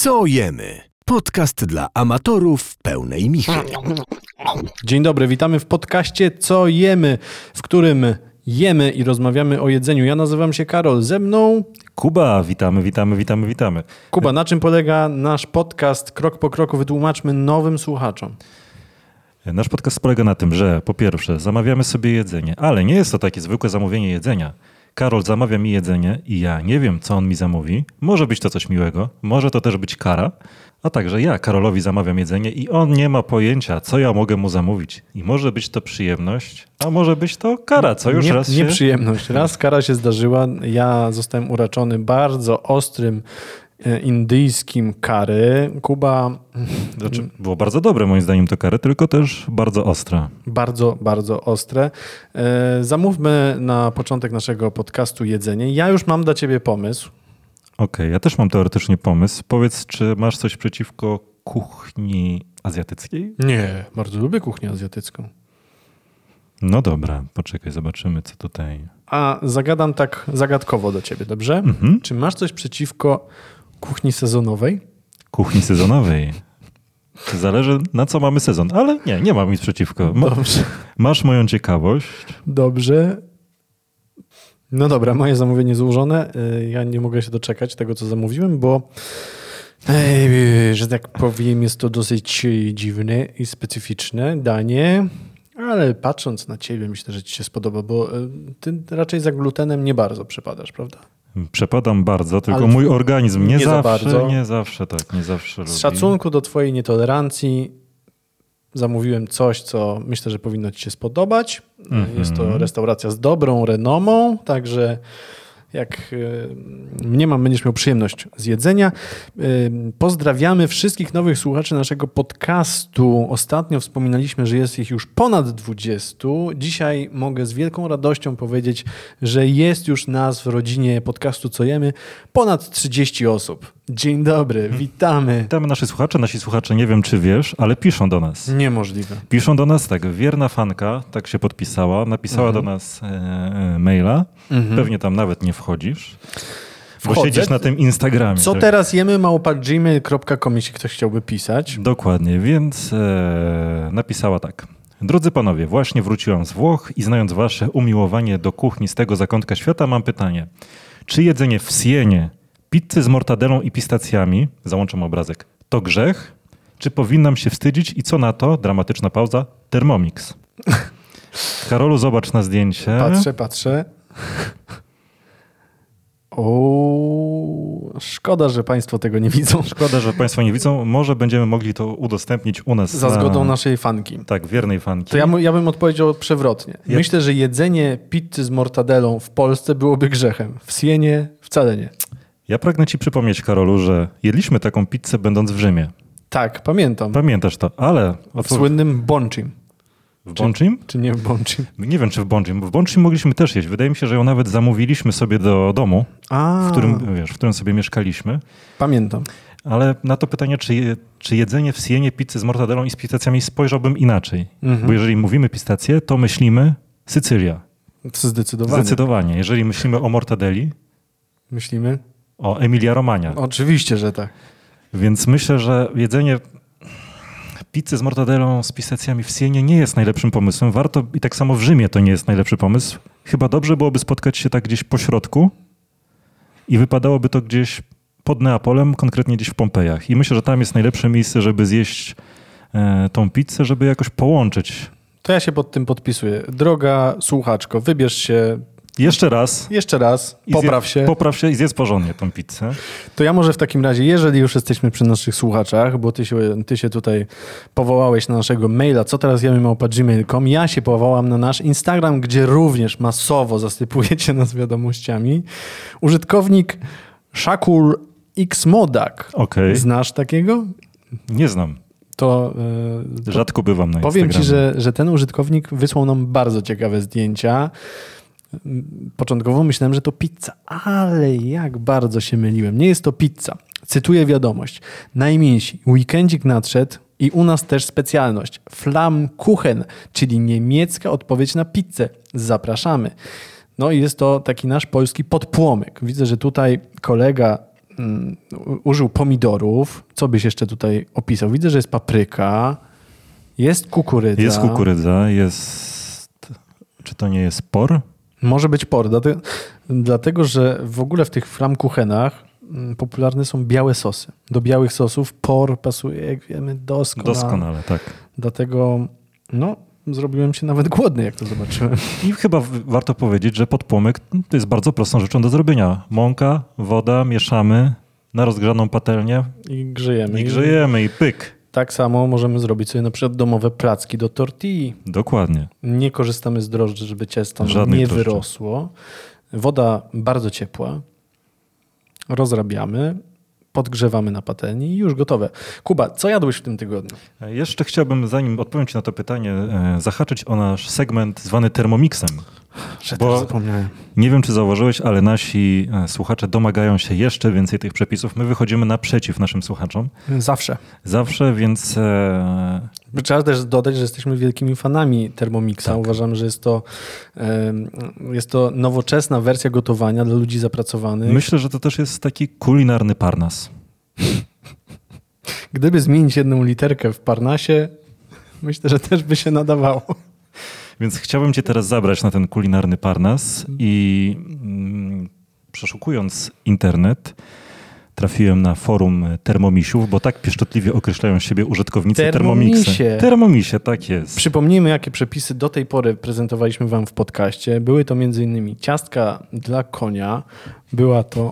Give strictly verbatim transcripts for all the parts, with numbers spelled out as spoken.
Co jemy? Podcast dla amatorów pełnej michy. Dzień dobry, witamy w podcaście Co jemy, w którym jemy i rozmawiamy o jedzeniu. Ja nazywam się Karol, ze mną Kuba, witamy, witamy, witamy, witamy. Kuba. Na czym polega nasz podcast? Krok po kroku wytłumaczmy nowym słuchaczom. Nasz podcast polega na tym, że po pierwsze zamawiamy sobie jedzenie, ale nie jest to takie zwykłe zamówienie jedzenia. Karol zamawia mi jedzenie i ja nie wiem, co on mi zamówi. Może być to coś miłego, może to też być kara, a także ja Karolowi zamawiam jedzenie i on nie ma pojęcia, co ja mogę mu zamówić. I może być to przyjemność, a może być to kara, co już nie, raz się... Nieprzyjemność. Raz kara się zdarzyła. Ja zostałem uraczony bardzo ostrym indyjskim curry. Kuba... Znaczy, było bardzo dobre moim zdaniem to curry, tylko też bardzo ostre. Bardzo, bardzo ostre. Zamówmy na początek naszego podcastu jedzenie. Ja już mam dla ciebie pomysł. Okej, okay, ja też mam teoretycznie pomysł. Powiedz, czy masz coś przeciwko kuchni azjatyckiej? Nie, bardzo lubię kuchnię azjatycką. No dobra, poczekaj, zobaczymy, co tutaj... A zagadam tak zagadkowo do ciebie, dobrze? Mhm. Czy masz coś przeciwko kuchni sezonowej? Kuchni sezonowej? Zależy, na co mamy sezon, ale nie, nie mam nic przeciwko. Ma, Dobrze. Masz moją ciekawość. Dobrze. No dobra, moje zamówienie złożone. Ja nie mogę się doczekać tego, co zamówiłem, bo że tak powiem, jest to dosyć dziwne i specyficzne danie, ale patrząc na ciebie, myślę, że ci się spodoba, bo ty raczej za glutenem nie bardzo przepadasz, prawda? Przepadam bardzo, tylko ale mój organizm nie, nie zawsze, za bardzo. nie zawsze tak, nie zawsze lubi. Z szacunku do twojej nietolerancji zamówiłem coś, co myślę, że powinno ci się spodobać. Mm-hmm. Jest to restauracja z dobrą renomą, także jak nie mam, będziesz miał przyjemność z jedzenia. Pozdrawiamy wszystkich nowych słuchaczy naszego podcastu. Ostatnio wspominaliśmy, że jest ich już ponad dwudziestu. Dzisiaj mogę z wielką radością powiedzieć, że jest już nas w rodzinie podcastu Co jemy ponad trzydzieści osób. Dzień dobry, witamy. Witamy naszych słuchaczy. Nasi słuchacze, nie wiem czy wiesz, ale piszą do nas. Niemożliwe. Piszą do nas, tak, wierna fanka, tak się podpisała, napisała mhm. do nas e, maila. Mhm. Pewnie tam nawet nie wchodzisz, Wchodzę. Bo siedzisz na tym Instagramie. Co tak? teraz jemy małpa gmail kropka com, jeśli ktoś chciałby pisać. Dokładnie, więc e, napisała tak. Drodzy panowie, właśnie wróciłam z Włoch i znając wasze umiłowanie do kuchni z tego zakątka świata, mam pytanie. Czy jedzenie w Sienie pizzy z mortadelą i pistacjami, załączam obrazek, to grzech? Czy powinnam się wstydzić i co na to, dramatyczna pauza, Thermomix? Karolu, zobacz na zdjęcie. Patrzę, patrzę. O, szkoda, że państwo tego nie widzą. Szkoda, że państwo nie widzą. Może będziemy mogli to udostępnić u nas. Za na... zgodą naszej fanki. Tak, wiernej fanki. To ja, ja bym odpowiedział przewrotnie. Ja... Myślę, że jedzenie pizzy z mortadelą w Polsce byłoby grzechem. W Sienie wcale nie. Ja pragnę ci przypomnieć, Karolu, że jedliśmy taką pizzę będąc w Rzymie. Tak, pamiętam. Pamiętasz to, ale... W słynnym Boncim. W Boncim? Czy, czy nie w Boncim? Nie wiem, czy w Boncim. W Boncim mogliśmy też jeść. Wydaje mi się, że ją nawet zamówiliśmy sobie do domu, A. w którym, wiesz, w którym sobie mieszkaliśmy. Pamiętam. Ale na to pytanie, czy, je, czy jedzenie w Sienie pizzy z mortadelą i z pistacjami, spojrzałbym inaczej. Mhm. Bo jeżeli mówimy pistacje, to myślimy Sycylia. Zdecydowanie. Zdecydowanie. Jeżeli myślimy o mortadeli... Myślimy? O Emilia Romagna. Oczywiście, że tak. Więc myślę, że jedzenie pizzy z mortadelą, z pistacjami w Sienie nie jest najlepszym pomysłem. Warto, i tak samo w Rzymie to nie jest najlepszy pomysł. Chyba dobrze byłoby spotkać się tak gdzieś po środku i wypadałoby to gdzieś pod Neapolem, konkretnie gdzieś w Pompejach. I myślę, że tam jest najlepsze miejsce, żeby zjeść e, tą pizzę, żeby jakoś połączyć. To ja się pod tym podpisuję. Droga słuchaczko, wybierz się... Jeszcze raz. Jeszcze raz. Popraw się. Popraw się i zjedz porządnie tą pizzę. To ja może w takim razie, jeżeli już jesteśmy przy naszych słuchaczach, bo ty się, ty się tutaj powołałeś na naszego maila, co teraz jemy małpa gmail kropka com, ja się powołałam na nasz Instagram, gdzie również masowo zasypujecie nas wiadomościami. Użytkownik Shakul X Modak. Okay. Znasz takiego? Nie znam. To, yy, Rzadko bywam na powiem Instagramie. ci, że, że ten użytkownik wysłał nam bardzo ciekawe zdjęcia. Początkowo myślałem, że to pizza, ale jak bardzo się myliłem. Nie jest to pizza. Cytuję wiadomość. Najmniejsi, weekendzik nadszedł i u nas też specjalność. Flammkuchen, czyli niemiecka odpowiedź na pizzę. Zapraszamy. No i jest to taki nasz polski podpłomyk. Widzę, że tutaj kolega mm, użył pomidorów. Co byś jeszcze tutaj opisał? Widzę, że jest papryka, jest kukurydza. Jest kukurydza, jest... Czy to nie jest por? Może być por, dlatego, dlatego że w ogóle w tych flammkuchenach mm, popularne są białe sosy. Do białych sosów por pasuje, jak wiemy, doskonale. Doskonale, tak. Dlatego no, zrobiłem się nawet głodny, jak to zobaczyłem. I chyba w- warto powiedzieć, że podpłomyk to jest bardzo prostą rzeczą do zrobienia. Mąka, woda, mieszamy na rozgrzaną patelnię I grzejemy. i grzejemy i pyk. Tak samo możemy zrobić sobie na przykład domowe placki do tortilli. Dokładnie. Nie korzystamy z drożdży, żeby ciasto nam Żadnych nie drożdży. wyrosło. Woda bardzo ciepła. Rozrabiamy, podgrzewamy na patelni i już gotowe. Kuba, co jadłeś w tym tygodniu? Jeszcze chciałbym, zanim odpowiem ci na to pytanie, e, zahaczyć o nasz segment zwany Thermomixem. Że Bo- też zapomniałem. Nie wiem, czy zauważyłeś, ale nasi e, słuchacze domagają się jeszcze więcej tych przepisów. My wychodzimy naprzeciw naszym słuchaczom. Zawsze. Zawsze, więc e, Trzeba też dodać, że jesteśmy wielkimi fanami Thermomixa. Tak. Uważamy, że jest to, em, jest to nowoczesna wersja gotowania dla ludzi zapracowanych. myślę, że to też jest taki kulinarny parnas. Gdyby zmienić jedną literkę w Parnasie, myślę, że też by się nadawało. Więc chciałbym cię teraz zabrać na ten kulinarny parnas i mm, przeszukując internet, trafiłem na forum Thermomisiów, bo tak pieszczotliwie określają siebie użytkownicy Thermomixa. Thermomisie. Thermomisie, tak jest. Przypomnijmy, jakie przepisy do tej pory prezentowaliśmy wam w podcaście. Były to między innymi ciastka dla konia. Była to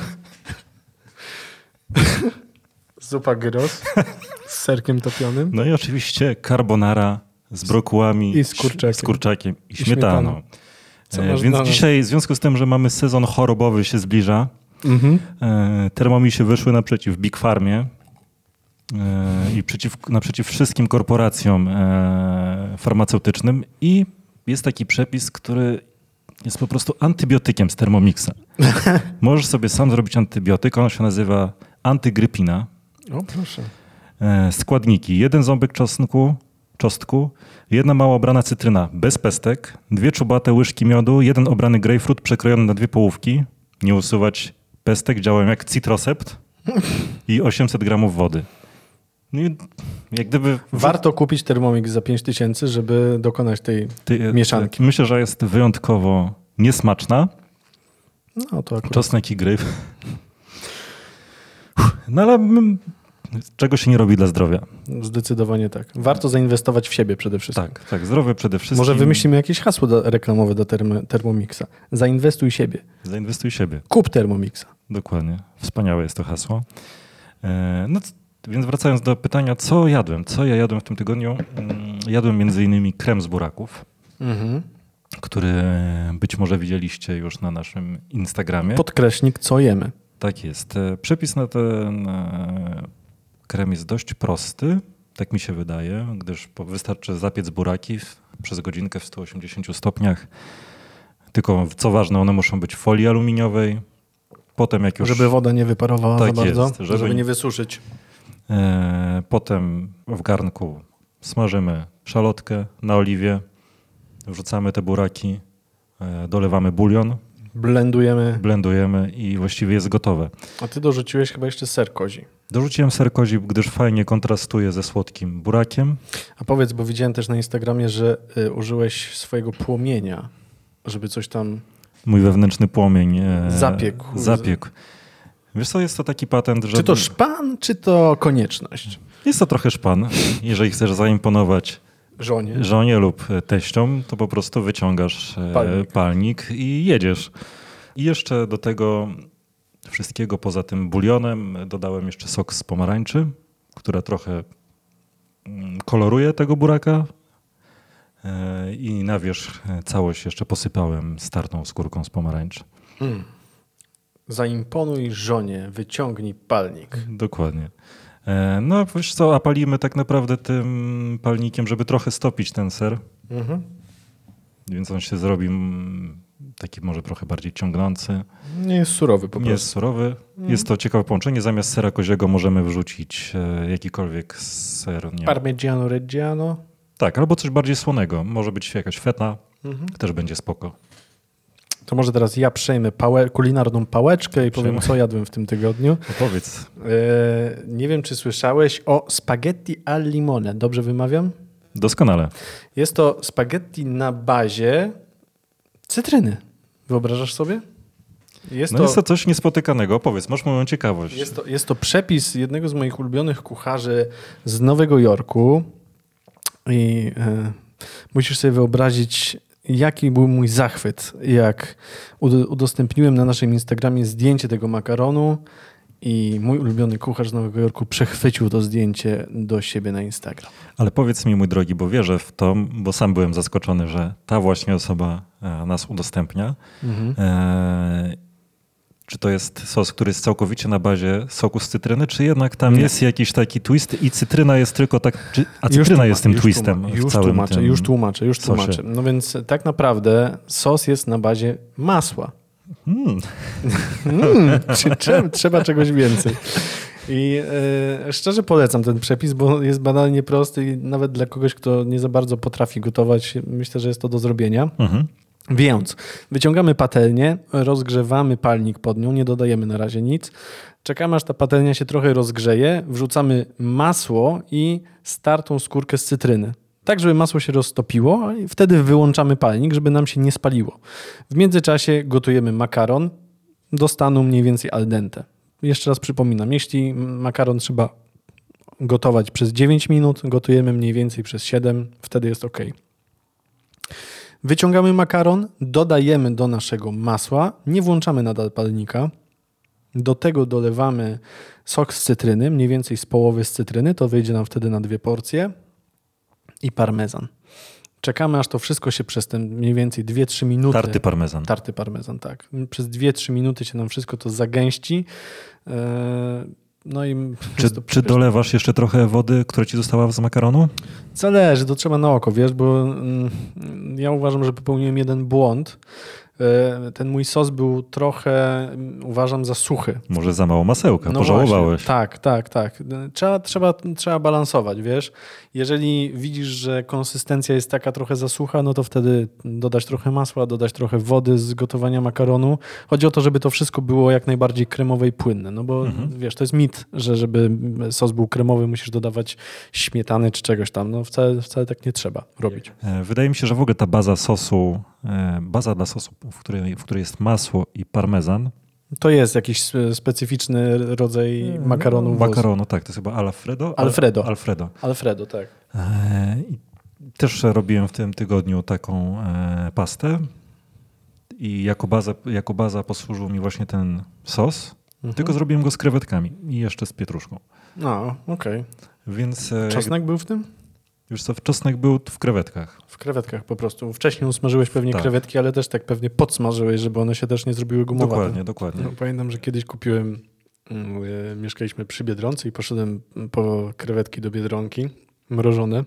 zupa gyros z serkiem topionym. No i oczywiście carbonara z brokułami, I z kurczakiem. z kurczakiem i, I śmietaną. śmietaną. Co E, masz Więc dla nas? dzisiaj, w związku z tym, że mamy sezon chorobowy się zbliża, Mhm. e, Thermomisie wyszły naprzeciw Big Farmie e, i przeciw, naprzeciw wszystkim korporacjom e, farmaceutycznym i jest taki przepis, który jest po prostu antybiotykiem z Thermomixa. Możesz sobie sam zrobić antybiotyk, on się nazywa antygrypina. O, proszę. E, Składniki. Jeden ząbek czosnku, czosnku, jedna mała obrana cytryna bez pestek, dwie czubate łyżki miodu, jeden obrany grejpfrut przekrojony na dwie połówki, nie usuwać pestek, działają jak citrosept i osiemset gramów wody. No i jak gdyby... Warto kupić Thermomix za pięć tysięcy, żeby dokonać tej Ty, mieszanki. Myślę, że jest wyjątkowo niesmaczna. No to akurat. Czosnek i grejp. No ale mm, czego się nie robi dla zdrowia. Zdecydowanie tak. Warto zainwestować w siebie przede wszystkim. Tak, tak, zdrowie przede wszystkim. Może wymyślimy jakieś hasło do, reklamowe do term, Thermomixa. Zainwestuj siebie. Zainwestuj w siebie. Kup Thermomixa. Dokładnie. Wspaniałe jest to hasło. E, No, c- więc wracając do pytania, co jadłem? Co ja jadłem w tym tygodniu? Mm, Jadłem między innymi krem z buraków, Mhm. który być może widzieliście już na naszym Instagramie. Podkreśnik, co jemy. Tak jest. E, Przepis na ten e, krem jest dość prosty, tak mi się wydaje, gdyż po- wystarczy zapiec buraki w- przez godzinkę w stu osiemdziesięciu stopniach. Tylko co ważne, one muszą być w folii aluminiowej. Potem jak już... Żeby woda nie wyparowała Tak za bardzo, jest, żeby- żeby nie wysuszyć. E, Potem w garnku smażymy szalotkę na oliwie, wrzucamy te buraki, e, dolewamy bulion, Blendujemy. blendujemy i właściwie jest gotowe. A ty dorzuciłeś chyba jeszcze ser kozi. Dorzuciłem ser kozi, gdyż fajnie kontrastuje ze słodkim burakiem. A powiedz, bo widziałem też na Instagramie, że y, użyłeś swojego płomienia, żeby coś tam... Mój wewnętrzny płomień e, Zapiekł. zapiekł. Wiesz co, jest to taki patent, że Czy to szpan, czy to konieczność? jest to trochę szpan. Jeżeli chcesz zaimponować Żonie. żonie lub teściom, to po prostu wyciągasz e, Palnik. palnik i jedziesz. I jeszcze do tego wszystkiego poza tym bulionem dodałem jeszcze sok z pomarańczy, która trochę mm, koloruje tego buraka. E, I na wierzch całość jeszcze posypałem startą skórką z pomarańczy. Mm. Zaimponuj żonie, wyciągnij palnik. Dokładnie. E, No wiesz co, a palimy tak naprawdę tym palnikiem, żeby trochę stopić ten ser. Mhm. Więc on się zrobi mm, taki może trochę bardziej ciągnący. Nie jest surowy po Nie prostu. jest surowy. Jest to ciekawe połączenie. Zamiast sera koziego możemy wrzucić e, jakikolwiek ser. Nie. Parmigiano Reggiano. Tak, albo coś bardziej słonego. Może być jakaś feta. Mhm. Też będzie spoko. To może teraz ja przejmę pałę, kulinarną pałeczkę i powiem, Przejmę. co jadłem w tym tygodniu. Opowiedz. E, nie wiem, czy słyszałeś o spaghetti al limone. Dobrze wymawiam? Doskonale. Jest to spaghetti na bazie cytryny. Wyobrażasz sobie? Jest No to, jest to coś niespotykanego. Opowiedz, masz moją ciekawość. jest, to, jest to przepis jednego z moich ulubionych kucharzy z Nowego Jorku. I e, musisz sobie wyobrazić, jaki był mój zachwyt, jak ud- udostępniłem na naszym Instagramie zdjęcie tego makaronu i mój ulubiony kucharz z Nowego Jorku przechwycił to zdjęcie do siebie na Instagram. Ale powiedz mi, mój drogi, bo wierzę w to, bo sam byłem zaskoczony, że ta właśnie osoba e, nas udostępnia. Mhm. E, czy to jest sos, który jest całkowicie na bazie soku z cytryny, czy jednak tam Nie. jest jakiś taki twist i cytryna jest tylko tak, czy, a Już cytryna tłuma- jest tym już twistem tłuma- w już całym tłumaczę, tym Już tłumaczę, już sosie. tłumaczę. No więc tak naprawdę sos jest na bazie masła. Hmm. Mm, czy, czy, trzeba czegoś więcej. I e, szczerze polecam ten przepis, bo jest banalnie prosty i nawet dla kogoś, kto nie za bardzo potrafi gotować, myślę, że jest to do zrobienia. Mhm. Więc wyciągamy patelnię, rozgrzewamy palnik pod nią, nie dodajemy na razie nic. Czekamy, aż ta patelnia się trochę rozgrzeje, wrzucamy masło i startą skórkę z cytryny. Tak, żeby masło się roztopiło i wtedy wyłączamy palnik, żeby nam się nie spaliło. W międzyczasie gotujemy makaron do stanu mniej więcej al dente. Jeszcze raz przypominam, jeśli makaron trzeba gotować przez dziewięć minut, gotujemy mniej więcej przez siedem, wtedy jest ok. Wyciągamy makaron, dodajemy do naszego masła, nie włączamy nadal palnika. Do tego dolewamy sok z cytryny, mniej więcej z połowy z cytryny, to wyjdzie nam wtedy na dwie porcje i parmezan. Czekamy, aż to wszystko się przez ten mniej więcej dwie trzy minuty... Tarty parmezan. Tarty parmezan, tak. Przez dwie trzy minuty się nam wszystko to zagęści. Eee, No i Czy, jest to czy przepyszne. dolewasz jeszcze trochę wody, która ci została z makaronu? Zależy, to trzeba na oko, wiesz, bo mm, ja uważam, że popełniłem jeden błąd. E, Ten mój sos był trochę, mm, uważam, za suchy. Może za mało masełka, No pożałowałeś. właśnie, tak, tak, tak. Trzeba, trzeba, trzeba balansować, wiesz. Jeżeli widzisz, że konsystencja jest taka trochę za sucha, no to wtedy dodać trochę masła, dodać trochę wody z gotowania makaronu. Chodzi o to, żeby to wszystko było jak najbardziej kremowe i płynne, no bo Mhm. wiesz, to jest mit, że żeby sos był kremowy, musisz dodawać śmietany czy czegoś tam. No wcale, wcale tak nie trzeba robić. E, Wydaje mi się, że w ogóle ta baza sosu, e, baza dla sosu, w której, w której jest masło i parmezan. To jest jakiś spe- specyficzny rodzaj makaronu. włos- Makaronu, tak, to jest chyba Alfredo. Al- Alfredo. Alfredo. Alfredo, tak. E, i też robiłem w tym tygodniu taką e, pastę i jako baza, jako baza posłużył mi właśnie ten sos, Mhm. tylko zrobiłem go z krewetkami i jeszcze z pietruszką. No, okej. Więc e, Czosnek był w tym? już co, czosnek był w krewetkach. W krewetkach po prostu. Wcześniej usmażyłeś pewnie Tak. krewetki, ale też tak pewnie podsmażyłeś, żeby one się też nie zrobiły gumowate. Dokładnie, dokładnie. No, pamiętam, że kiedyś kupiłem, mm, e, mieszkaliśmy przy Biedronce i poszedłem po krewetki do Biedronki, mrożone.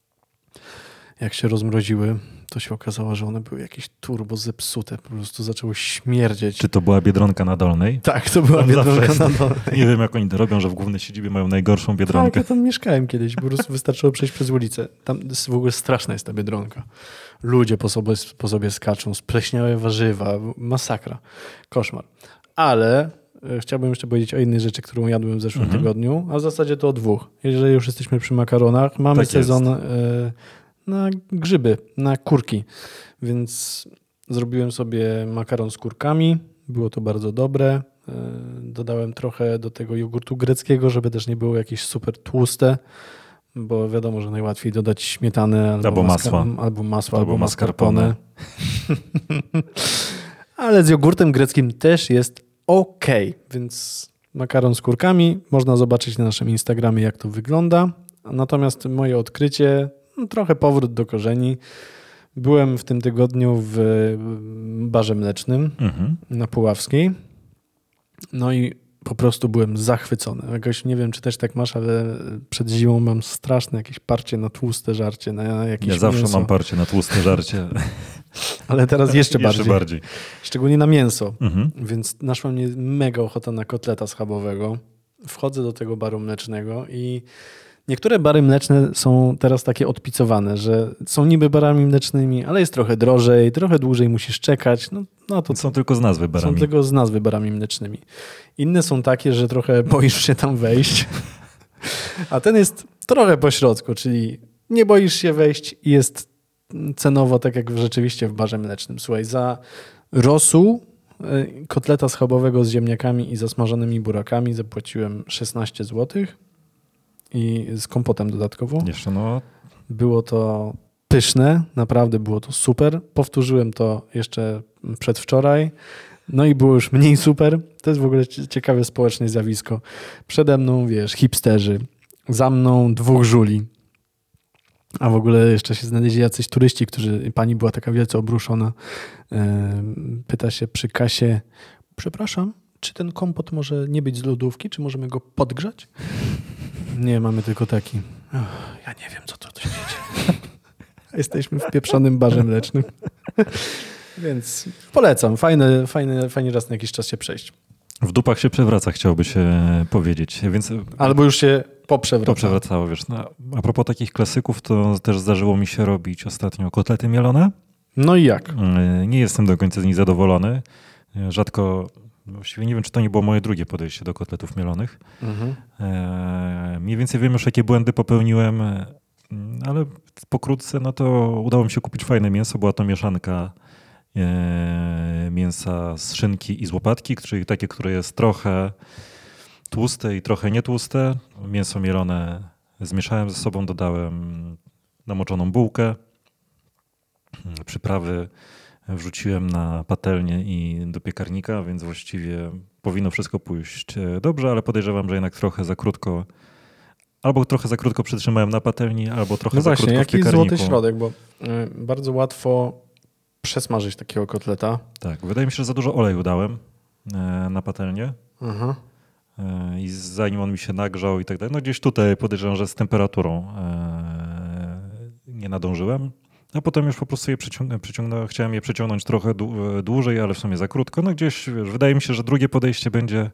Jak się rozmroziły, to się okazało, że one były jakieś turbo zepsute. Po prostu zaczęło śmierdzieć. Czy to była Biedronka na Dolnej? Tak, to była Tam Biedronka zawsze na jest- dole. Nie wiem, jak oni to robią, że w głównej siedzibie mają najgorszą Tak, Biedronkę. ja tam mieszkałem kiedyś, po prostu wystarczyło przejść przez ulicę. Tam jest w ogóle straszna jest ta Biedronka. Ludzie po sobie, po sobie skaczą, spleśniałe warzywa, masakra, koszmar. Ale e, chciałbym jeszcze powiedzieć o innej rzeczy, którą jadłem w zeszłym Mhm. tygodniu, a w zasadzie to o dwóch. Jeżeli już jesteśmy przy makaronach, mamy Tak sezon e, na grzyby, na kurki, więc zrobiłem sobie makaron z kurkami, było to bardzo dobre. E, Dodałem trochę do tego jogurtu greckiego, żeby też nie było jakieś super tłuste, bo wiadomo, że najłatwiej dodać śmietanę albo, Albo masła. albo masło, Albo albo mascarpone. mascarpone. Ale z jogurtem greckim też jest ok, więc makaron z kurkami można zobaczyć na naszym Instagramie, jak to wygląda. Natomiast moje odkrycie, no, trochę powrót do korzeni. Byłem w tym tygodniu w barze mlecznym Mhm. na Puławskiej. No i po prostu byłem zachwycony. Jakoś nie wiem, czy też tak masz, ale przed zimą mam straszne jakieś parcie na tłuste żarcie, na jakieś Ja zawsze mięso. mam parcie na tłuste żarcie. Ale teraz jeszcze bardziej. Jeszcze bardziej. Szczególnie na mięso. Mhm. Więc naszła mnie mega ochota na kotleta schabowego. Wchodzę do tego baru mlecznego i Niektóre bary mleczne są teraz takie odpicowane, że są niby barami mlecznymi, ale jest trochę drożej, trochę dłużej musisz czekać. No, no to Są tylko z nazwy barami. Są tylko z nazwy barami mlecznymi. Inne są takie, że trochę boisz się tam wejść. A ten jest trochę po środku, czyli nie boisz się wejść i jest cenowo tak jak rzeczywiście w barze mlecznym. Słuchaj, za rosół, kotleta schabowego z ziemniakami i zasmażonymi burakami zapłaciłem szesnaście złotych i z kompotem dodatkowo. Jeszcze no... Było to pyszne, naprawdę było to super. Powtórzyłem to jeszcze przedwczoraj. No i było już mniej super. To jest w ogóle ciekawe społeczne zjawisko. Przede mną, wiesz, hipsterzy. Za mną dwóch żuli. A w ogóle jeszcze się znaleźli jacyś turyści, którzy, pani była taka wielce obruszona. Pyta się przy kasie, przepraszam, czy ten kompot może nie być z lodówki? Czy możemy go podgrzać? Nie, mamy tylko taki. Oh, ja nie wiem, co to tu się dzieje. Jesteśmy w pieprzonym barze mlecznym. Więc polecam. Fajny, fajny, fajnie raz na jakiś czas się przejść. W dupach się przewraca, chciałby się powiedzieć. Więc... Albo już się poprzewracało. Poprzewracało, wiesz. No, a propos takich klasyków, to też zdarzyło mi się robić ostatnio kotlety mielone. No i jak? Nie jestem do końca z nich zadowolony. Rzadko, właściwie nie wiem, czy to nie było moje drugie podejście do kotletów mielonych. Mhm. E, mniej więcej wiem już, jakie błędy popełniłem, ale pokrótce no to udało mi się kupić fajne mięso. Była to mieszanka e, mięsa z szynki i z łopatki, czyli takie, które jest trochę tłuste i trochę nietłuste. Mięso mielone zmieszałem ze sobą, dodałem namoczoną bułkę. Przyprawy wrzuciłem na patelnię i do piekarnika, więc właściwie powinno wszystko pójść dobrze, ale podejrzewam, że jednak trochę za krótko, albo trochę za krótko przytrzymałem na patelni, albo trochę no za właśnie, krótko w piekarniku. No właśnie, jaki złoty środek, bo y, bardzo łatwo przesmażyć takiego kotleta. Tak, wydaje mi się, że za dużo oleju dałem y, na patelnię. Aha. I zanim on mi się nagrzał i tak dalej, no gdzieś tutaj podejrzewam, że z temperaturą y, nie nadążyłem. A potem już po prostu je przyciągnąłem, przyciągnąłem, chciałem je przeciągnąć trochę dłużej, ale w sumie za krótko. No gdzieś, wiesz, wydaje mi się, że drugie podejście będzie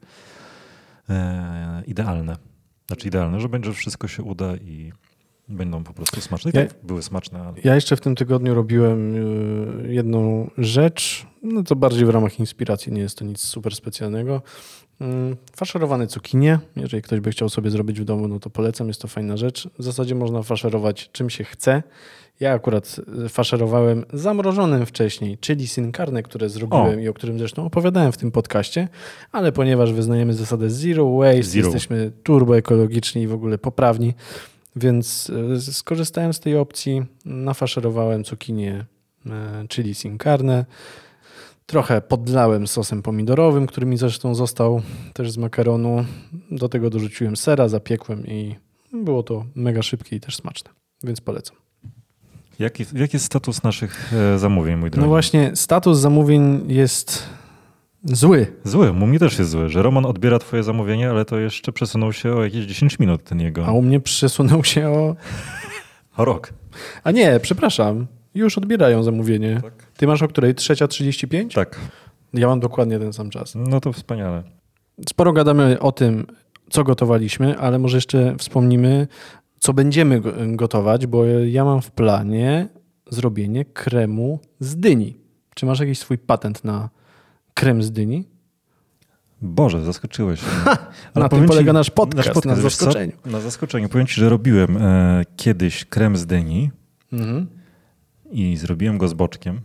e, idealne. Znaczy idealne, że będzie, że wszystko się uda i będą po prostu smaczne. I ja, tak były smaczne. Ale... Ja jeszcze w tym tygodniu robiłem jedną rzecz, no to bardziej w ramach inspiracji, nie jest to nic super specjalnego. Faszerowane cukinie. Jeżeli ktoś by chciał sobie zrobić w domu, no to polecam, jest to fajna rzecz. W zasadzie można faszerować czym się chce. Ja akurat faszerowałem zamrożonym wcześniej, czyli sin carne, które zrobiłem o. i o którym zresztą opowiadałem w tym podcaście, ale ponieważ wyznajemy zasadę zero waste, zero. Jesteśmy turbo ekologiczni i w ogóle poprawni, więc skorzystałem z tej opcji, nafaszerowałem cukinię, czyli sin carne. Trochę podlałem sosem pomidorowym, który mi zresztą został też z makaronu. Do tego dorzuciłem sera, zapiekłem i było to mega szybkie i też smaczne, więc polecam. Jaki, jaki jest status naszych zamówień, mój drogi? No właśnie, status zamówień jest zły. Zły, u mnie też jest zły, że Roman odbiera twoje zamówienie, ale to jeszcze przesunął się o jakieś dziesięć minut ten jego. A u mnie przesunął się o... o rok. A nie, przepraszam, już odbierają zamówienie. Tak. Ty masz o której? trzecia trzydzieści pięć? Tak. Ja mam dokładnie ten sam czas. No to wspaniale. Sporo gadamy o tym, co gotowaliśmy, ale może jeszcze wspomnimy, co będziemy gotować, bo ja mam w planie zrobienie kremu z dyni. Czy masz jakiś swój patent na krem z dyni? Boże, zaskoczyłeś mnie. Ale na tym polega ci, nasz podcast, nasz podcast na zaskoczeniu. Co? Na zaskoczeniu. Powiem ci, że robiłem e, kiedyś krem z dyni mhm. i zrobiłem go z boczkiem.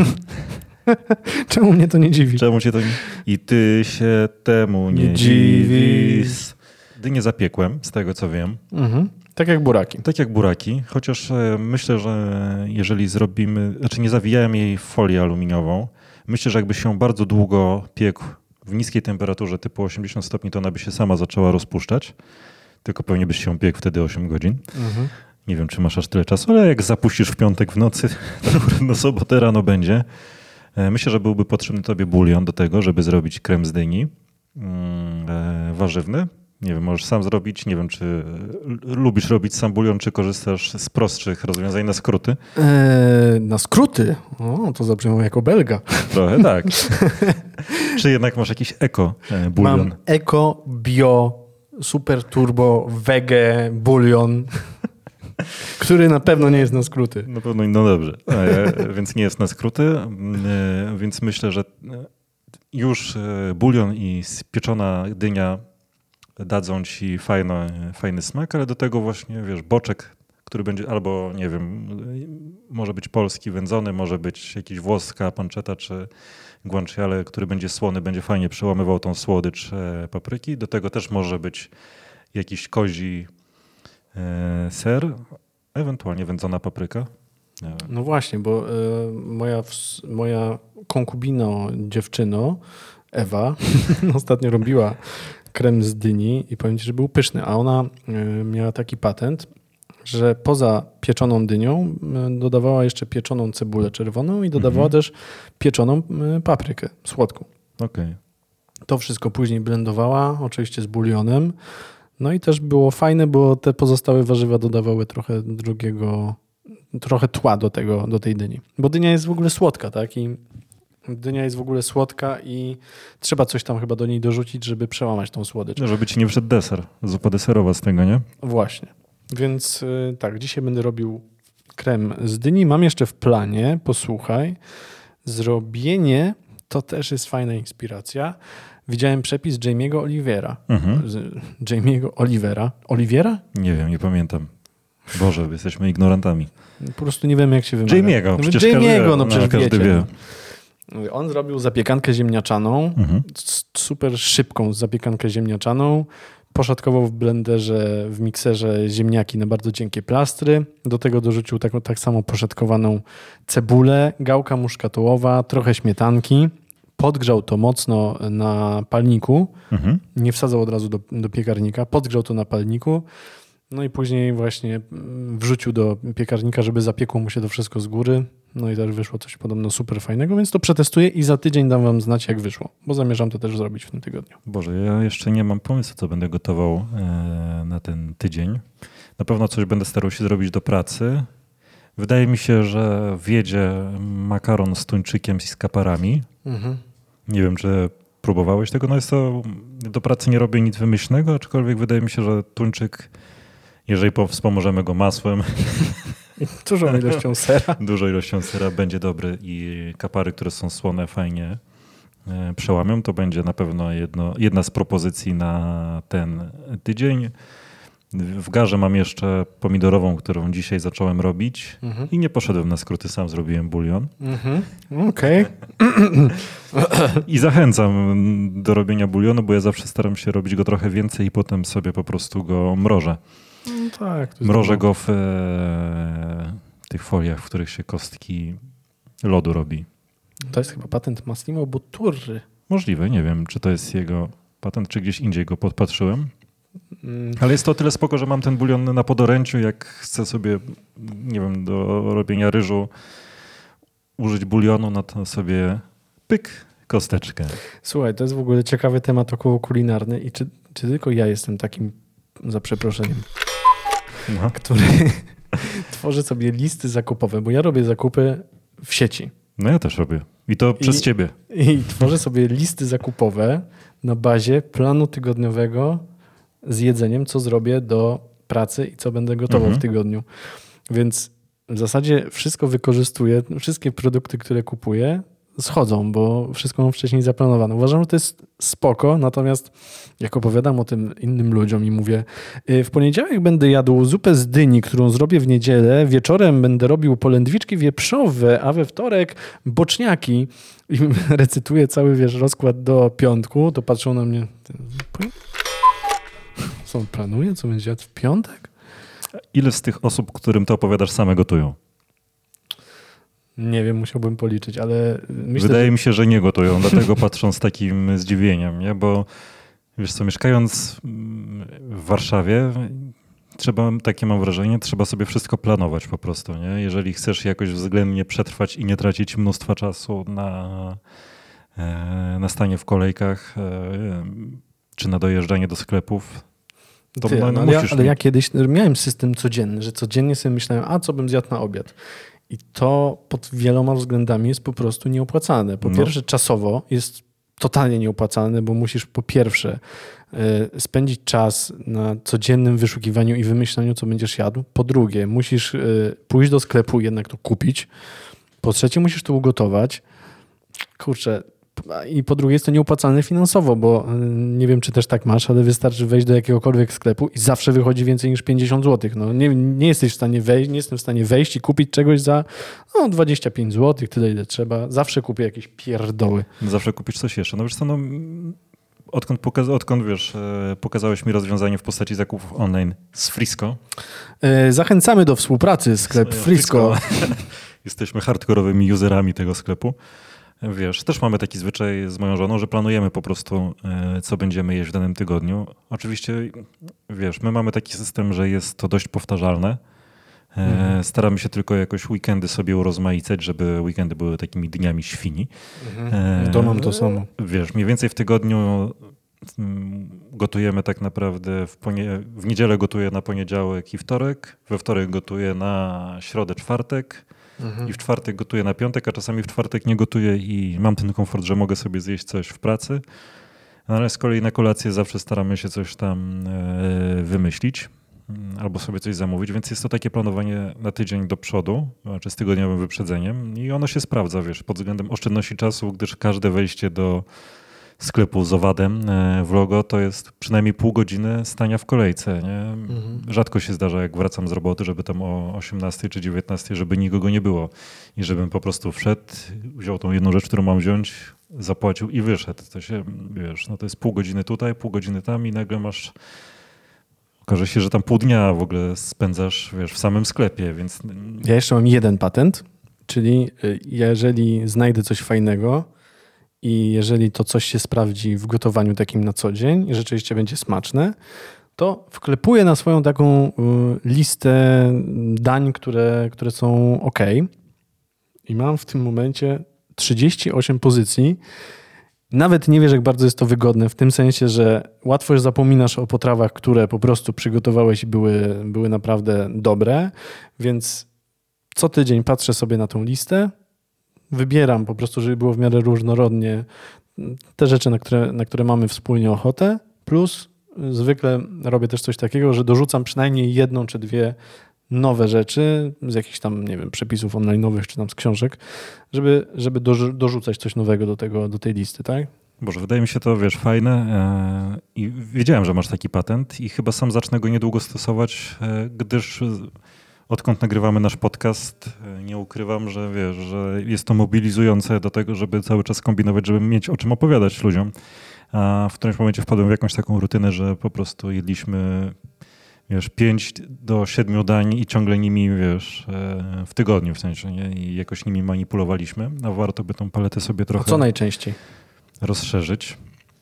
Czemu mnie to nie dziwi? Czemu cię to nie... I ty się temu nie, nie dziwisz. Dynię zapiekłem, z tego co wiem. Mhm. Tak jak buraki. Tak jak buraki, chociaż myślę, że jeżeli zrobimy, znaczy nie zawijałem jej w folię aluminiową, myślę, że jakby się bardzo długo piekł w niskiej temperaturze typu osiemdziesiąt stopni, to ona by się sama zaczęła rozpuszczać, tylko pewnie byś się piekł wtedy osiem godzin. Mhm. Nie wiem, czy masz aż tyle czasu, ale jak zapuścisz w piątek w nocy, to na sobotę rano będzie. Myślę, że byłby potrzebny tobie bulion do tego, żeby zrobić krem z dyni warzywny. Nie wiem, możesz sam zrobić. Nie wiem, czy lubisz robić sam bulion, czy korzystasz z prostszych rozwiązań na skróty? Eee, na skróty? O, to zabrzmiało jako Belga. Trochę tak. Czy jednak masz jakiś eko bulion? Mam eko, bio, super turbo wege bulion, który na pewno nie jest na skróty. Na pewno, no dobrze. E, więc nie jest na skróty, e, więc myślę, że już e, bulion i pieczona dynia dadzą ci fajny, fajny smak, ale do tego właśnie, wiesz, boczek, który będzie albo, nie wiem, może być polski wędzony, może być jakiś włoska pancetta czy guanciale, który będzie słony, będzie fajnie przełamywał tą słodycz e, papryki. Do tego też może być jakiś kozi e, ser, ewentualnie wędzona papryka. Nie wiem. No właśnie, bo y, moja, ws- moja konkubino dziewczyno, Ewa, ostatnio robiła krem z dyni i powiem ci, że był pyszny, a ona y, miała taki patent, że poza pieczoną dynią y, dodawała jeszcze pieczoną cebulę czerwoną i dodawała Mhm. też pieczoną y, paprykę słodką. Okej. To wszystko później blendowała, oczywiście z bulionem. No i też było fajne, bo te pozostałe warzywa dodawały trochę drugiego, trochę tła do tego, do tej dyni. Bo dynia jest w ogóle słodka, tak? I dynia jest w ogóle słodka i trzeba coś tam chyba do niej dorzucić, żeby przełamać tą słodycz. No, żeby ci nie wszedł deser. Zupa deserowa z tego, nie? Właśnie. Więc y, tak, dzisiaj będę robił krem z dyni. Mam jeszcze w planie, posłuchaj, zrobienie, to też jest fajna inspiracja. Widziałem przepis Jamie'ego Olivera. Mhm. Z- Jamie'ego Olivera. Oliviera? Nie wiem, nie pamiętam. Boże, jesteśmy ignorantami. Po prostu nie wiem, jak się wymawia. Jamie'ego, No, przecież Jamie'ego, każdy, no przecież każdy wiecie. wie. On zrobił zapiekankę ziemniaczaną, Mhm. s- super szybką zapiekankę ziemniaczaną. Poszatkował w blenderze, w mikserze ziemniaki na bardzo cienkie plastry. Do tego dorzucił taką, tak samo poszatkowaną cebulę, gałka muszkatołowa, trochę śmietanki. Podgrzał to mocno na palniku. Mhm. Nie wsadzał od razu do, do piekarnika. Podgrzał to na palniku. No i później właśnie mm, wrzucił do piekarnika, żeby zapiekło mu się to wszystko z góry. No i też wyszło coś podobno super fajnego, więc to przetestuję i za tydzień dam wam znać, jak wyszło, bo zamierzam to też zrobić w tym tygodniu. Boże, ja jeszcze nie mam pomysłu, co będę gotował e, na ten tydzień. Na pewno coś będę starał się zrobić do pracy. Wydaje mi się, że wjedzie makaron z tuńczykiem i z kaparami. Mhm. Nie wiem, czy próbowałeś tego. No jest to, do pracy nie robię nic wymyślnego, aczkolwiek wydaje mi się, że tuńczyk, jeżeli po- wspomożemy go masłem, Dużą ilością sera. dużą ilością sera, będzie dobry i kapary, które są słone, fajnie e, przełamią. To będzie na pewno jedno, jedna z propozycji na ten tydzień. W garze mam jeszcze pomidorową, którą dzisiaj zacząłem robić Mhm. i nie poszedłem na skróty, sam zrobiłem bulion. Mhm. Okej. I zachęcam do robienia bulionu, bo ja zawsze staram się robić go trochę więcej i potem sobie po prostu go mrożę. No tak. to jest Mrożę dobre. go w e, tych foliach, w których się kostki lodu robi. To jest chyba patent Massimo Botturry. Możliwe, nie wiem, czy to jest jego patent, czy gdzieś indziej go podpatrzyłem. Mm. Ale jest to o tyle spoko, że mam ten bulion na podoręciu, jak chcę sobie, nie wiem, do robienia ryżu użyć bulionu, no to sobie pyk, kosteczkę. Słuchaj, to jest w ogóle ciekawy temat około kulinarny i czy, czy tylko ja jestem takim, za przeproszeniem, No. który tworzy sobie listy zakupowe, bo ja robię zakupy w sieci no ja też robię. I to I- przez ciebie. i tworzę sobie listy zakupowe na bazie planu tygodniowego z jedzeniem, co zrobię do pracy i co będę gotował Mhm. w tygodniu. Więc w zasadzie wszystko wykorzystuję, wszystkie produkty, które kupuję, schodzą, bo wszystko mam wcześniej zaplanowane. Uważam, że to jest spoko, natomiast jak opowiadam o tym innym ludziom i mówię, y, w poniedziałek będę jadł zupę z dyni, którą zrobię w niedzielę, wieczorem będę robił polędwiczki wieprzowe, a we wtorek boczniaki i recytuję cały, wiesz, rozkład do piątku, to patrzą na mnie, ty, co on planuje, co będzie jadł w piątek? Ile z tych osób, którym to opowiadasz, same gotują? Nie wiem, musiałbym policzyć, ale myślę, Wydaje że... mi się, że nie gotują, dlatego patrzą z takim zdziwieniem, nie? Bo wiesz co, mieszkając mm, w Warszawie, trzeba, takie mam wrażenie, trzeba sobie wszystko planować po prostu, nie? Jeżeli chcesz jakoś względnie przetrwać i nie tracić mnóstwa czasu na, e, na stanie w kolejkach e, czy na dojeżdżanie do sklepów, to Ty, no, no, no ale, ja, musisz... ale ja kiedyś miałem system codzienny, że codziennie sobie myślałem, a co bym zjadł na obiad. I to pod wieloma względami jest po prostu nieopłacalne. Po No. pierwsze, czasowo jest totalnie nieopłacalne, bo musisz po pierwsze y, spędzić czas na codziennym wyszukiwaniu i wymyślaniu, co będziesz jadł. Po drugie, musisz y, pójść do sklepu i jednak to kupić. Po trzecie, musisz to ugotować. Kurczę. I po drugie, jest to nieopłacalne finansowo, bo y, nie wiem, czy też tak masz, ale wystarczy wejść do jakiegokolwiek sklepu i zawsze wychodzi więcej niż pięćdziesiąt złotych. No, nie, nie jesteś w stanie wejść, nie jestem w stanie wejść i kupić czegoś za no, dwadzieścia pięć złotych, tyle ile trzeba. Zawsze kupię jakieś pierdoły. Zawsze kupisz coś jeszcze. No wiesz co, no, odkąd, pokaz- odkąd wiesz, e, pokazałeś mi rozwiązanie w postaci zakupów online z Frisco. Y, zachęcamy do współpracy, sklep Z- Frisco. Jesteśmy hardkorowymi userami tego sklepu. Wiesz, też mamy taki zwyczaj z moją żoną, że planujemy po prostu, e, co będziemy jeść w danym tygodniu. Oczywiście, wiesz, my mamy taki system, że jest to dość powtarzalne. E, mhm. Staramy się tylko jakoś weekendy sobie urozmaicać, żeby weekendy były takimi dniami świni. Mhm. To mam to samo. Wiesz, mniej więcej w tygodniu gotujemy tak naprawdę, w, ponie- w niedzielę gotuję na poniedziałek i wtorek, we wtorek gotuję na środę, czwartek mhm. i w czwartek gotuję na piątek, a czasami w czwartek nie gotuję i mam ten komfort, że mogę sobie zjeść coś w pracy. No ale z kolei na kolację zawsze staramy się coś tam e, wymyślić albo sobie coś zamówić, więc jest to takie planowanie na tydzień do przodu, znaczy z tygodniowym wyprzedzeniem i ono się sprawdza, wiesz, pod względem oszczędności czasu, gdyż każde wejście do sklepu z owadem w logo to jest przynajmniej pół godziny stania w kolejce. Nie? Mhm. Rzadko się zdarza, jak wracam z roboty, żeby tam o osiemnastej czy dziewiętnastej, żeby nikogo nie było i żebym po prostu wszedł, wziął tą jedną rzecz, którą mam wziąć, zapłacił i wyszedł. To się, wiesz, no to jest pół godziny tutaj, pół godziny tam i nagle masz... Okaże się, że tam pół dnia w ogóle spędzasz, wiesz, w samym sklepie, więc... Ja jeszcze mam jeden patent, czyli jeżeli znajdę coś fajnego i jeżeli to coś się sprawdzi w gotowaniu takim na co dzień i rzeczywiście będzie smaczne, to wklepuję na swoją taką listę dań, które, które są ok. I mam w tym momencie trzydzieści osiem pozycji. Nawet nie wiesz, jak bardzo jest to wygodne, w tym sensie, że łatwo już zapominasz o potrawach, które po prostu przygotowałeś i były, były naprawdę dobre, więc co tydzień patrzę sobie na tą listę, wybieram po prostu, żeby było w miarę różnorodnie te rzeczy, na które, na które mamy wspólnie ochotę, plus zwykle robię też coś takiego, że dorzucam przynajmniej jedną czy dwie nowe rzeczy z jakichś tam, nie wiem, przepisów online'owych czy tam z książek, żeby, żeby dorzucać coś nowego do tego, do tej listy, tak? Boże, wydaje mi się to, wiesz, fajne i wiedziałem, że masz taki patent i chyba sam zacznę go niedługo stosować, gdyż odkąd nagrywamy nasz podcast, nie ukrywam, że wiesz, że jest to mobilizujące do tego, żeby cały czas kombinować, żeby mieć o czym opowiadać ludziom. A w którymś momencie wpadłem w jakąś taką rutynę, że po prostu jedliśmy, wiesz, pięć do siedmiu dań i ciągle nimi, wiesz, w tygodniu w sensie, nie? I jakoś nimi manipulowaliśmy. A warto by tą paletę sobie trochę... A co najczęściej? Rozszerzyć.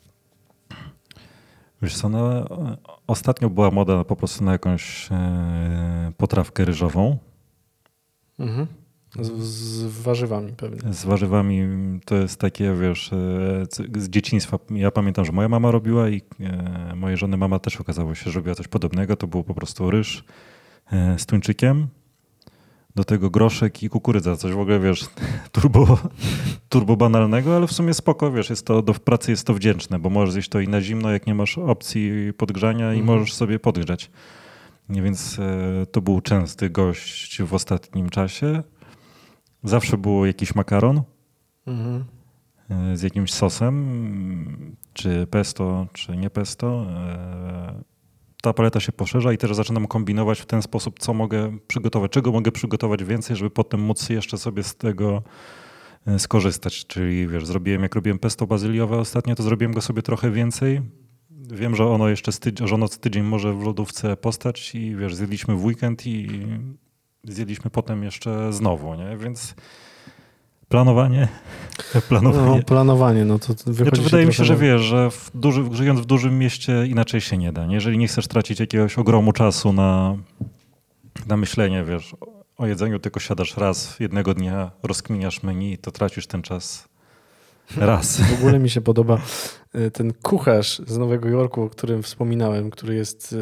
Wiesz co, no, ostatnio była moda po prostu na jakąś e, potrawkę ryżową. Mhm. Z, z warzywami pewnie. Z warzywami to jest takie, wiesz, e, z dzieciństwa. Ja pamiętam, że moja mama robiła i e, mojej żony mama też okazało się, że robiła coś podobnego. To był po prostu ryż e, z tuńczykiem. Do tego groszek i kukurydza, coś w ogóle, wiesz, turbo, turbo banalnego, ale w sumie spoko, wiesz, jest to, do pracy jest to wdzięczne, bo możesz zjeść to i na zimno, jak nie masz opcji podgrzania i możesz sobie podgrzać. Nie, więc e, to był częsty gość w ostatnim czasie. Zawsze było jakiś makaron mhm. e, z jakimś sosem, czy pesto, czy nie pesto. E, Ta paleta się poszerza i też zaczynam kombinować w ten sposób, co mogę przygotować, czego mogę przygotować więcej, żeby potem móc jeszcze sobie z tego skorzystać. Czyli wiesz, zrobiłem, jak robiłem pesto bazyliowe ostatnio, to zrobiłem go sobie trochę więcej. Wiem, że ono jeszcze z tydzień, że ono z tydzień może w lodówce postać i wiesz, zjedliśmy w weekend i zjedliśmy potem jeszcze znowu, nie? Więc planowanie, planowanie. No, planowanie, no to, to wychodzi znaczy, się wydaje mi się, trochę... że wiesz, że w duży, żyjąc w dużym mieście inaczej się nie da. Nie? Jeżeli nie chcesz tracić jakiegoś ogromu czasu na, na myślenie, wiesz, o jedzeniu, tylko siadasz raz jednego dnia, rozkminiasz menu, to tracisz ten czas raz. W ogóle mi się podoba ten kucharz z Nowego Jorku, o którym wspominałem, który jest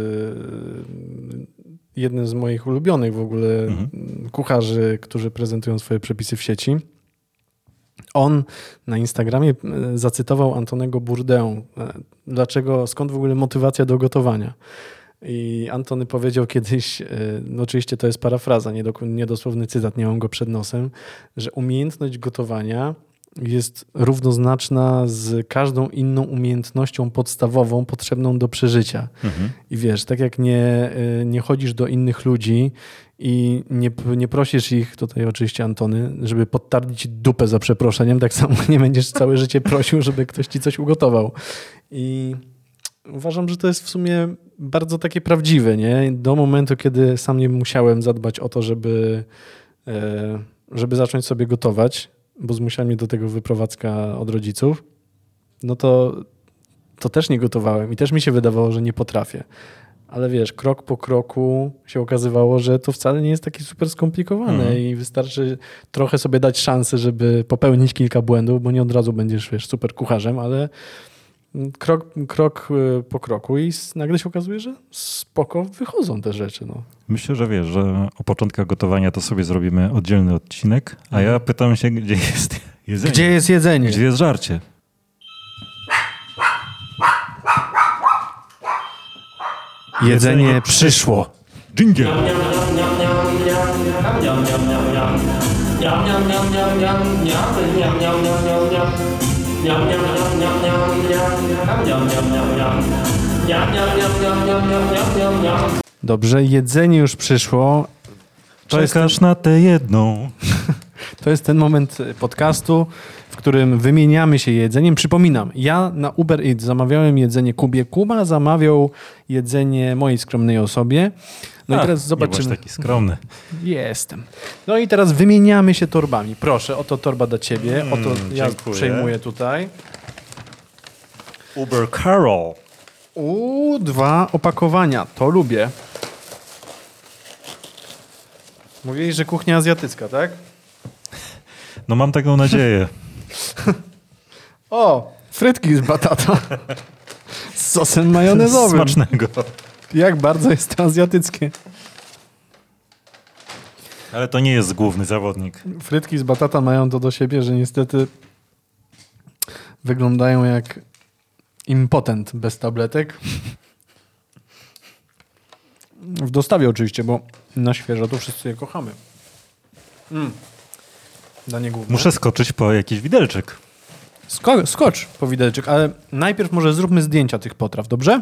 jednym z moich ulubionych w ogóle mhm. kucharzy, którzy prezentują swoje przepisy w sieci. On na Instagramie e, zacytował Antonego Bourdain. E, Dlaczego, skąd w ogóle motywacja do gotowania? I Antony powiedział kiedyś, e, no oczywiście to jest parafraza, niedok- niedosłowny cytat, nie mam go przed nosem, że umiejętność gotowania jest równoznaczna z każdą inną umiejętnością podstawową potrzebną do przeżycia. Mhm. I wiesz, tak jak nie, y, nie chodzisz do innych ludzi i nie, nie prosisz ich, tutaj oczywiście Antony, żeby podtarli ci dupę za przeproszeniem, tak samo nie będziesz całe życie prosił, żeby ktoś ci coś ugotował. I uważam, że to jest w sumie bardzo takie prawdziwe, nie? Do momentu, kiedy sam nie musiałem zadbać o to, żeby, e, żeby zacząć sobie gotować, bo zmusiła mnie do tego wyprowadzka od rodziców, no to, to też nie gotowałem i też mi się wydawało, że nie potrafię. Ale wiesz, krok po kroku się okazywało, że to wcale nie jest takie super skomplikowane Mhm. i wystarczy trochę sobie dać szansę, żeby popełnić kilka błędów, bo nie od razu będziesz, wiesz, super kucharzem, ale krok, krok po kroku i nagle się okazuje, że spoko wychodzą te rzeczy. No. Myślę, że wiesz, że o początkach gotowania to sobie zrobimy oddzielny odcinek, a ja pytam się, gdzie jest jedzenie? Gdzie jest jedzenie? Gdzie jest żarcie? Jedzenie przyszło. Dżingiel! Dobrze, jedzenie już przyszło. To jest, Czekasz na tę jedną. to jest ten moment podcastu, w którym wymieniamy się jedzeniem. Przypominam, ja na Uber Eats zamawiałem jedzenie Kubie, Kuba zamawiał jedzenie mojej skromnej osobie. No A, i teraz Nie zobaczymy. byłeś taki skromny. Jestem. No i teraz wymieniamy się torbami. Proszę, oto torba dla ciebie. Oto Mm, ja dziękuję. przejmuję tutaj. Uber Carol. U, dwa opakowania. To lubię. Mówiłeś, że kuchnia azjatycka, tak? No mam taką nadzieję. O, frytki z batata. Z sosem majonezowym. Smacznego. Jak bardzo jest to azjatyckie. Ale to nie jest główny zawodnik. Frytki z batata mają to do siebie, że niestety wyglądają jak impotent bez tabletek. W dostawie oczywiście, bo na świeżo to wszyscy je kochamy. Mm. Danie główne. Muszę skoczyć po jakiś widelczyk. Sko- skocz po widelczyk, ale najpierw może zróbmy zdjęcia tych potraw, dobrze?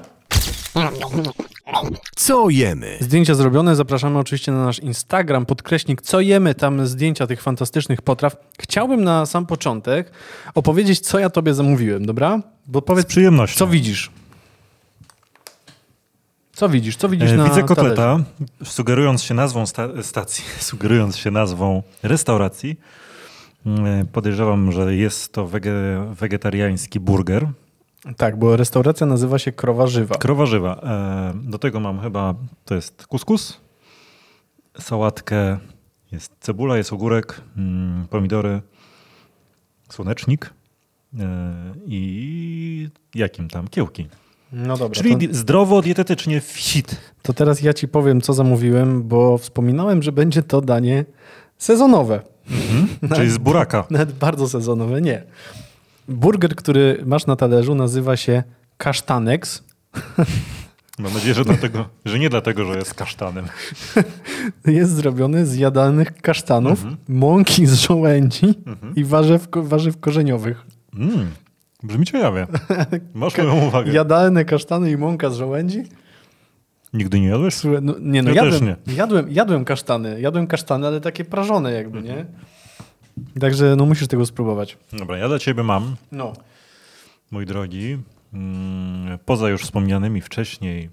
Co jemy? Zdjęcia zrobione, zapraszamy oczywiście na nasz Instagram, podkreśnik co jemy, tam zdjęcia tych fantastycznych potraw. Chciałbym na sam początek opowiedzieć, co ja tobie zamówiłem, dobra? Bo Z powiedz, przyjemnością. co widzisz? Co widzisz? Co widzisz E, na Widzę kotleta, talerzu? sugerując się nazwą sta- stacji, sugerując się nazwą restauracji. e, Podejrzewam, że jest to wege- wegetariański burger. Tak, bo restauracja nazywa się Krowa Żywa. Krowa żywa. E, Do tego mam chyba, to jest kuskus, sałatkę, jest cebula, jest ogórek, mm, pomidory, słonecznik e, i jakim tam? Kiełki. No dobra, Czyli to, di- zdrowo, dietetycznie fit. to teraz ja ci powiem, co zamówiłem, bo wspominałem, że będzie to danie sezonowe. Czyli z buraka. Nawet bardzo sezonowe, nie. Burger, który masz na talerzu, nazywa się Kasztanex. Mam nadzieję, że, dlatego, że nie dlatego, że jest kasztanem. Jest zrobiony z jadalnych kasztanów, Mhm. mąki z żołędzi i warzyw, warzyw korzeniowych. Mm, brzmi ciekawie. Masz moją uwagę. Jadalne kasztany i mąka z żołędzi? Nigdy nie jadłeś? Słuchaj, no, nie, no Ja jadłem, też nie. Jadłem, jadłem kasztany. Jadłem kasztany, ale takie prażone jakby, Mhm. nie? Także no musisz tego spróbować. Dobra, ja dla ciebie mam, No. mój drogi, mm, poza już wspomnianymi wcześniej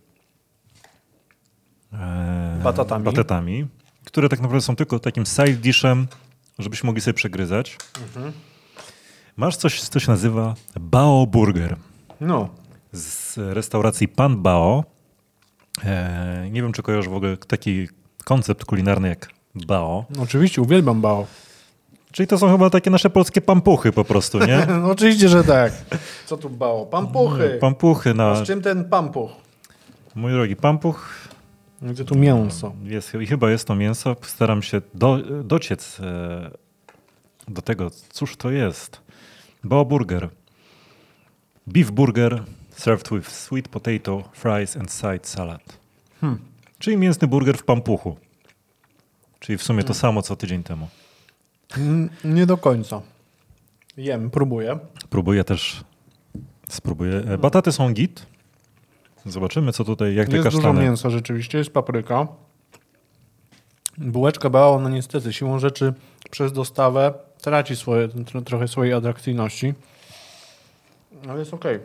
e, Batatami. batatami, które tak naprawdę są tylko takim side dishem, żebyśmy mogli sobie przegryzać. Mhm. Masz coś, co się nazywa Bao Burger No. z restauracji Pan Bao. E, nie wiem, czy kojarzysz w ogóle taki koncept kulinarny jak Bao. Oczywiście, uwielbiam bao. Czyli to są chyba takie nasze polskie pampuchy po prostu, nie? No oczywiście, że tak. Co tu bao? Pampuchy. Pampuchy na... A z czym ten pampuch? Mój drogi, pampuch Gdzie tu mięso? jest, i chyba jest to mięso. Staram się do, dociec e, do tego, cóż to jest? Bao burger. Beef burger served with sweet potato, fries and side salad. Hmm. Czyli mięsny burger w pampuchu. Czyli w sumie to samo, co tydzień temu. Mm, Nie do końca. Jem, próbuję. Próbuję też, spróbuję. E, Bataty są git. Zobaczymy, co tutaj, jak te Jest dużo kasztany. mięsa rzeczywiście, jest papryka. Bułeczka Bao, no niestety, siłą rzeczy przez dostawę traci swoje, tro, trochę swojej atrakcyjności. Ale jest okej.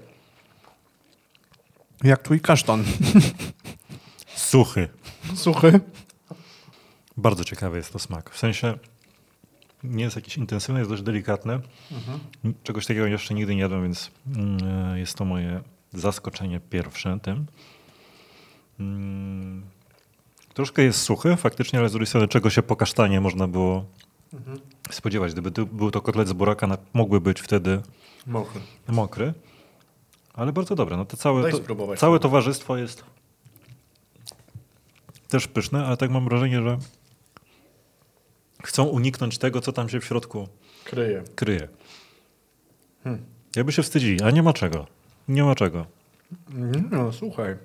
Jak twój kasztan. Suchy. Suchy. Bardzo ciekawy jest to smak. W sensie nie jest jakiś intensywny, jest dość delikatny. Mhm. Czegoś takiego jeszcze nigdy nie jadłem, więc mm, jest to moje zaskoczenie pierwsze tym. Mm, troszkę jest suchy faktycznie, ale z drugiej strony czego się po kasztanie można było Mhm. spodziewać. Gdyby to, był to kotlet z buraka, na, mógłby być wtedy Mokry. mokry. Ale bardzo dobre. No to całe, Daj to, spróbować. całe towarzystwo jest też pyszne, ale tak mam wrażenie, że chcą uniknąć tego, co tam się w środku Kryje. kryje. Hmm. Jakby się wstydzili, a nie ma czego. Nie ma czego. No słuchaj.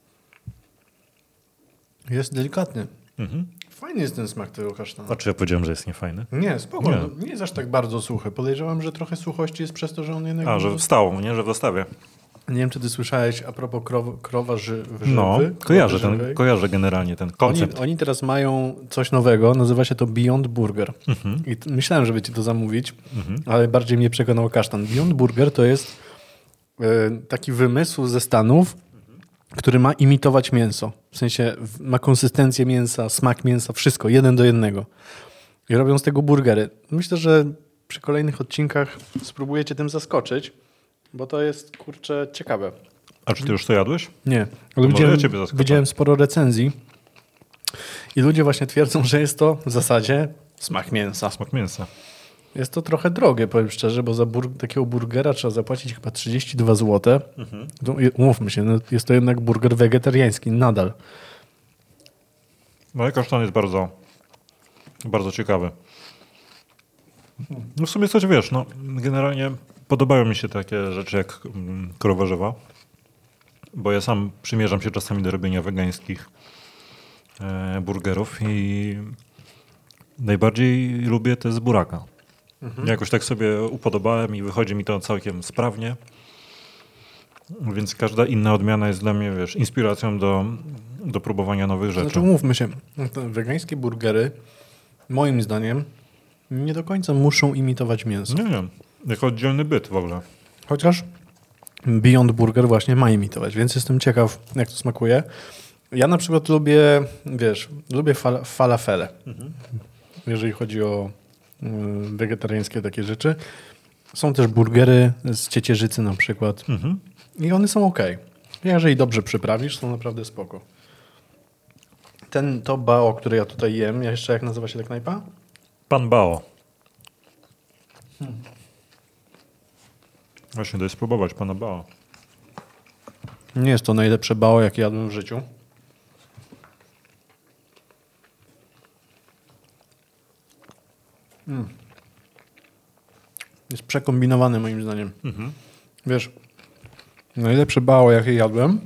Jest delikatny. Mhm. Fajny jest ten smak tego kasztana. A czy ja powiedziałem, że jest niefajny? Nie, spoko. Nie. Nie. nie jest aż tak bardzo suchy. Podejrzewam, że trochę suchości jest przez to, że on jednak... A, że wstało, nie? Że w dostawie. Nie wiem, czy ty słyszałeś a propos krow, krowa ży, żywy. No, krowy kojarzę, żywej. ten, kojarzę generalnie ten Oni, koncept. oni teraz mają coś nowego, nazywa się to Beyond Burger. Mhm. I t- myślałem, żeby ci to zamówić, Mhm. ale bardziej mnie przekonał kasztan. Beyond Burger to jest e, taki wymysł ze Stanów, który ma imitować mięso. W sensie w- ma konsystencję mięsa, smak mięsa, wszystko, jeden do jednego. I robią z tego burgery. Myślę, że przy kolejnych odcinkach spróbujecie tym zaskoczyć, bo to jest, kurczę, ciekawe. A czy ty już to jadłeś? Nie, ale może widziałem, ja ciebie zaskoczę. widziałem sporo recenzji i ludzie właśnie twierdzą, że jest to w zasadzie smak mięsa. Smak mięsa. Jest to trochę drogie, powiem szczerze, bo za bur- takiego burgera trzeba zapłacić chyba trzydzieści dwa złote. Mhm. To, i- umówmy się, no, jest to jednak burger wegetariański nadal. No ale kasztan jest bardzo, bardzo ciekawy. No w sumie coś wiesz, no generalnie podobają mi się takie rzeczy jak mm, krowarzywa, bo ja sam przymierzam się czasami do robienia wegańskich e, burgerów i najbardziej lubię te z buraka. Mhm. Jakoś tak sobie upodobałem i wychodzi mi to całkiem sprawnie, więc każda inna odmiana jest dla mnie, wiesz, inspiracją do, do próbowania nowych rzeczy. Znaczy umówmy się, te wegańskie burgery moim zdaniem nie do końca muszą imitować mięso. Nie wiem, jako oddzielny byt w ogóle. Chociaż Beyond Burger właśnie ma imitować, więc jestem ciekaw, jak to smakuje. Ja na przykład lubię, wiesz, lubię fal- falafele, Mhm. jeżeli chodzi o y, wegetariańskie takie rzeczy. Są też burgery z ciecierzycy na przykład Mhm. i one są ok. Jeżeli dobrze przyprawisz, są naprawdę spoko. Ten, to bao, które ja tutaj jem, ja jeszcze jak nazywa się ta knajpa? Pan Bao. Właśnie, daj spróbować pana Bao. Nie jest to najlepsze bao, jakie jadłem w życiu. Mm. Jest przekombinowany moim zdaniem. Mhm. Wiesz, najlepsze bao, jakie jadłem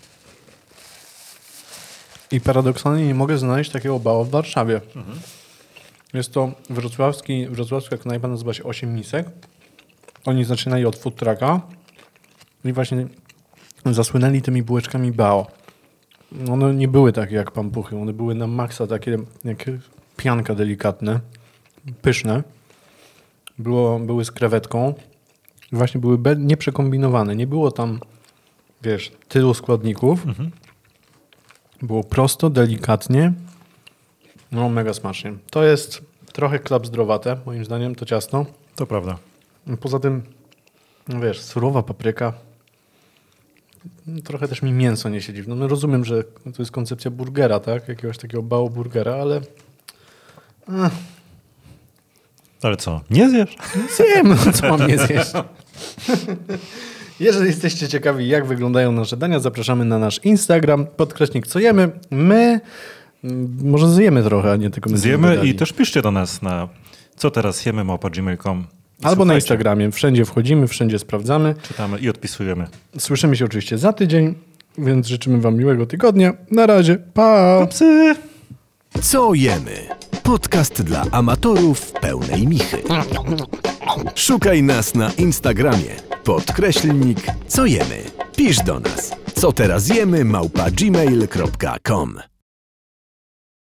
i paradoksalnie nie mogę znaleźć takiego bao w Warszawie. Mhm. Jest to wrocławski, wrocławska knajpa, nazywa się Osiem Misek. Oni zaczynali od food trucka i właśnie zasłynęli tymi bułeczkami bao. One nie były takie jak pampuchy, one były na maksa takie jak pianka delikatne, pyszne. Było, były z krewetką. Właśnie były be- nieprzekombinowane. Nie było tam, wiesz, tylu składników. Mhm. Było prosto, delikatnie. No, mega smacznie. To jest trochę klapzdrowate, moim zdaniem, to ciasto. To prawda. Poza tym, no wiesz, surowa papryka. No, trochę też mi mięso nie siedzi. No, no rozumiem, że to jest koncepcja burgera, tak? Jakiegoś takiego bao burgera, ale ach, Ale co, nie zjesz? zjem, no co mam nie zjeść. Jeżeli jesteście ciekawi, jak wyglądają nasze dania, zapraszamy na nasz Instagram, podkreśnik co jemy. My mm, może zjemy trochę, a nie tylko będziemy Zjemy gadali. i też piszcie do nas na Co teraz jemy? małpa gmail kropka com. Albo na Instagramie. Wszędzie wchodzimy, wszędzie sprawdzamy. Czytamy i odpisujemy. Słyszymy się oczywiście za tydzień, więc życzymy wam miłego tygodnia. Na razie. Pa! Psy! Co jemy? Podcast dla amatorów pełnej michy. Szukaj nas na Instagramie. Podkreślnik co jemy. Pisz do nas. Co teraz jemy? małpa gmail kropka com.